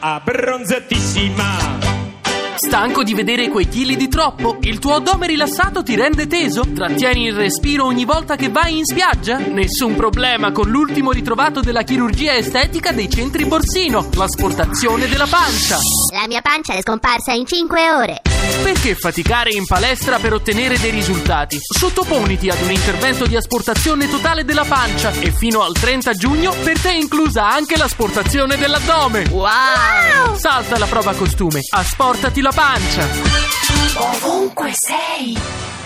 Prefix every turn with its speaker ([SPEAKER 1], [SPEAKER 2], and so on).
[SPEAKER 1] abbronzatissima.
[SPEAKER 2] Stanco di vedere quei chili di troppo? Il tuo addome rilassato ti rende teso? Trattieni il respiro ogni volta che vai in spiaggia? Nessun problema con l'ultimo ritrovato della chirurgia estetica dei centri Borsino, l'asportazione della pancia.
[SPEAKER 3] La mia pancia è scomparsa in 5 ore.
[SPEAKER 2] Perché faticare in palestra per ottenere dei risultati? Sottoponiti ad un intervento di asportazione totale della pancia e fino al 30 giugno per te è inclusa anche l'asportazione dell'addome.
[SPEAKER 3] Wow!
[SPEAKER 2] Salta la prova costume, asportati la pancia.
[SPEAKER 4] Ovunque sei.